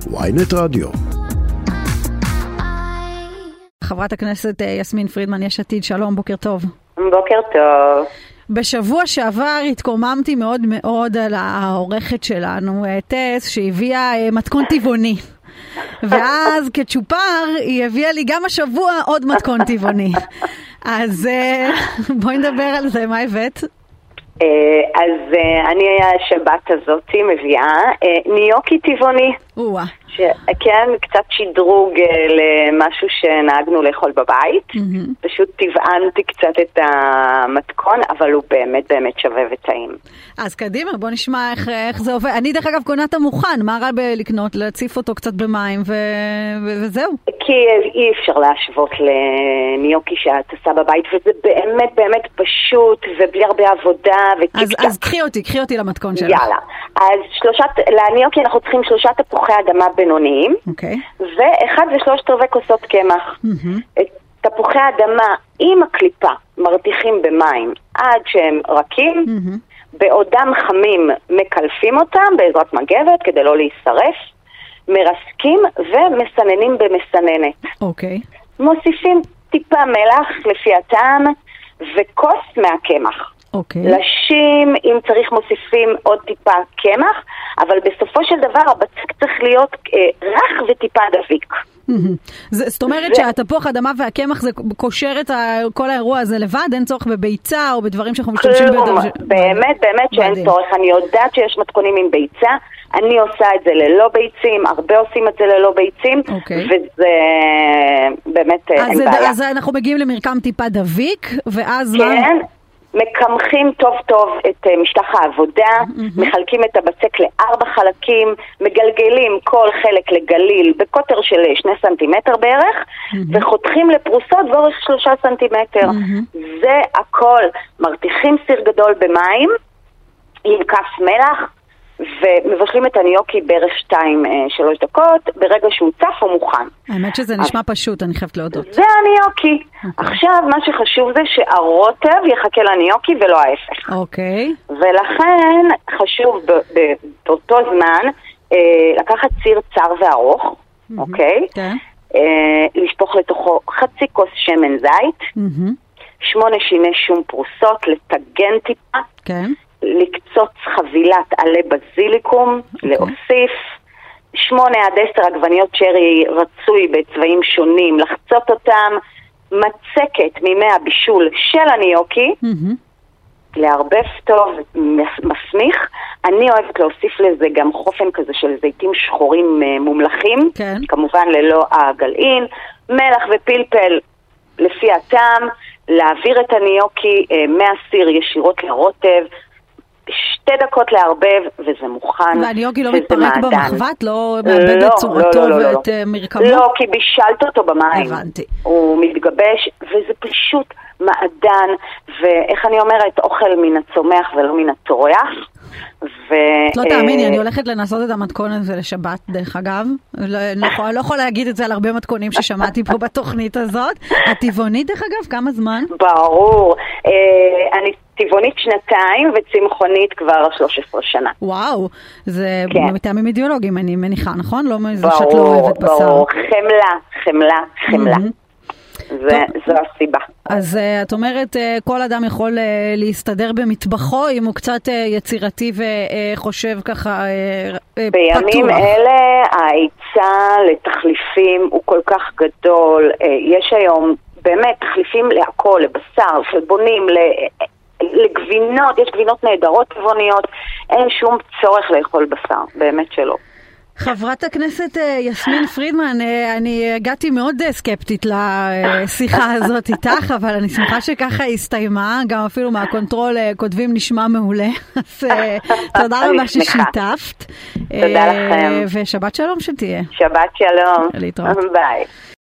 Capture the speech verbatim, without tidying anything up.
וויינט רדיו. חברת הכנסת יסמין פרידמן, יש עתיד, שלום, בוקר טוב. בוקר טוב. בשבוע שעבר התקוממתי מאוד מאוד על העורכת שלנו, טס, שהביאה מתכון טבעוני. ואז כצ'ופר היא הביאה לי גם השבוע עוד מתכון טבעוני. אז בואי נדבר על זה, מה הבאת? אז אני השבת הזאת מביאה ניוקי טבעוני. וואה. כן, קצת שדרוג למשהו שנהגנו לאכול בבית. פשוט טבענתי קצת את המתכון, אבל הוא באמת באמת שווה וטעים. אז קדימה, בוא נשמע איך, איך זה עובד. אני דרך אגב קונה את המוכן, מה רע בלקנות, להציף אותו קצת במים ו... ו... וזהו. כי אי אפשר להשוות לניוקי שאת עושה בבית, וזה באמת באמת פשוט ובלי הרבה עבודה וטיק אז, טק. אז קחי אותי, קחי אותי למתכון שלך. יאללה. אז שלושת, לניוקי אנחנו צריכים שלושה תפוחי אדמה בינוניים, אוקיי. ואחד ושלושת רבעי כוסות קמח. Mm-hmm. את תפוחי האדמה עם הקליפה מרתיחים במים עד שהם רכים, mm-hmm. בעודם חמים מקלפים אותם בעזרת מגבת כדי לא להישרף, מרסקים ומסננים במסננת. אוקיי. מוסיפים טיפה מלח לפי הטעם וכוס מהקמח. אוקיי. לשים, אם צריך מוסיפים עוד טיפה קמח, אבל בסופו של דבר הבצק צריך להיות אה, רך וטיפה דביק. זאת אומרת שהתפוח אדמה והקמח זה קושר את כל האירוע הזה לבד, אין צורך בביצה או בדברים שאנחנו משתמשים ביותר. באמת, באמת שאין צורך. אני יודעת שיש מתכונים עם ביצה, אני עושה את זה ללא ביצים, הרבה עושים את זה ללא ביצים, וזה באמת אין בעיה. אז אנחנו מגיעים למרקם טיפה דביק, ואז מה? כן. מקמחים טוב טוב את משטח העבודה, mm-hmm. מחלקים את הבצק לארבע חלקים, מגלגלים כל חלק לגליל בקוטר של שני סנטימטר בערך, mm-hmm. וחותכים לפרוסות באורך שלושה סנטימטר. Mm-hmm. זה הכל. מרתיחים סיר גדול במים עם כף מלח, ומבשלים את הניוקי בערך שתיים שלוש דקות, ברגע שהוא צף הוא מוכן. האמת שזה נשמע פשוט, אני חייבת להודות. זה הניוקי. עכשיו מה שחשוב זה שהרוטב יחכה לניוקי ולא ההפך. אוקיי. ולכן חשוב באותו זמן לקחת ציר צר וארוך, אוקיי? כן. לשפוך לתוכו חצי כוס שמן זית, שמונה שיני שום פרוסות, לטגן טיפה. כן. לקצוץ חבילת עלי בזיליקום, okay. להוסיף שמונה עד עשר עגבניות צ'רי רצוי בצבעים שונים, לחצות אותם, מצקת מימי הבישול של הניוקי, mm-hmm. לערבב טוב, מסמיך. אני אוהבת להוסיף לזה גם חופן כזה של זיתים שחורים מומלחים, כן. כמובן ללא הגלעין, מלח ופלפל לפי הטעם, להעביר את הניוקי מהסיר ישירות לרוטב, שתי דקות לערבב, וזה מוכן. והניוקי לא מתפרק במחבת? לא מאבד את צורתו ואת מרקמו? לא, כי בישלת אותו במים. הבנתי. הוא מתגבש, וזה פשוט מעדן, ואיך אני אומרת, אוכל מן הצומח ולא מן הצורח. לא תאמיני, אני הולכת לנסות את המתכון הזה לשבת, דרך אגב. אני לא יכולה להגיד את זה על הרבה מתכונים ששמעתי פה בתוכנית הזאת. הטבעונית, דרך אגב, כמה זמן? ברור. אני טבעונית שנתיים וצמחונית כבר שלוש עשרה שנה. וואו, זה מטעמים אידיאולוגיים, אני מניחה, נכון? לא ברור, שאת לא אוהבת בשר. ברור, חמלה, חמלה, חמלה. זה, זו הסיבה. אז uh, את אומרת, uh, כל אדם יכול uh, להסתדר במטבחו, אם הוא קצת uh, יצירתי וחושב ככה uh, uh, בימים פתוח. בימים אלה, ההיצע לתחליפים הוא כל כך גדול. Uh, יש היום באמת תחליפים להכל, לבשר, חלבונים, לגבינות, יש גבינות נהדרות טבעוניות, אין שום צורך לאכול בשר, באמת שלא. חברת הכנסת יסמין פרידמן, אני הגעתי מאוד סקפטית לשיחה הזאת איתך, אבל אני שמחה שככה הסתיימה, גם אפילו מהקונטרול כותבים נשמע מעולה, אז תודה רבה ששיתפת. תודה לכם. ושבת שלום שתהיה. שבת שלום. להתראות. ביי.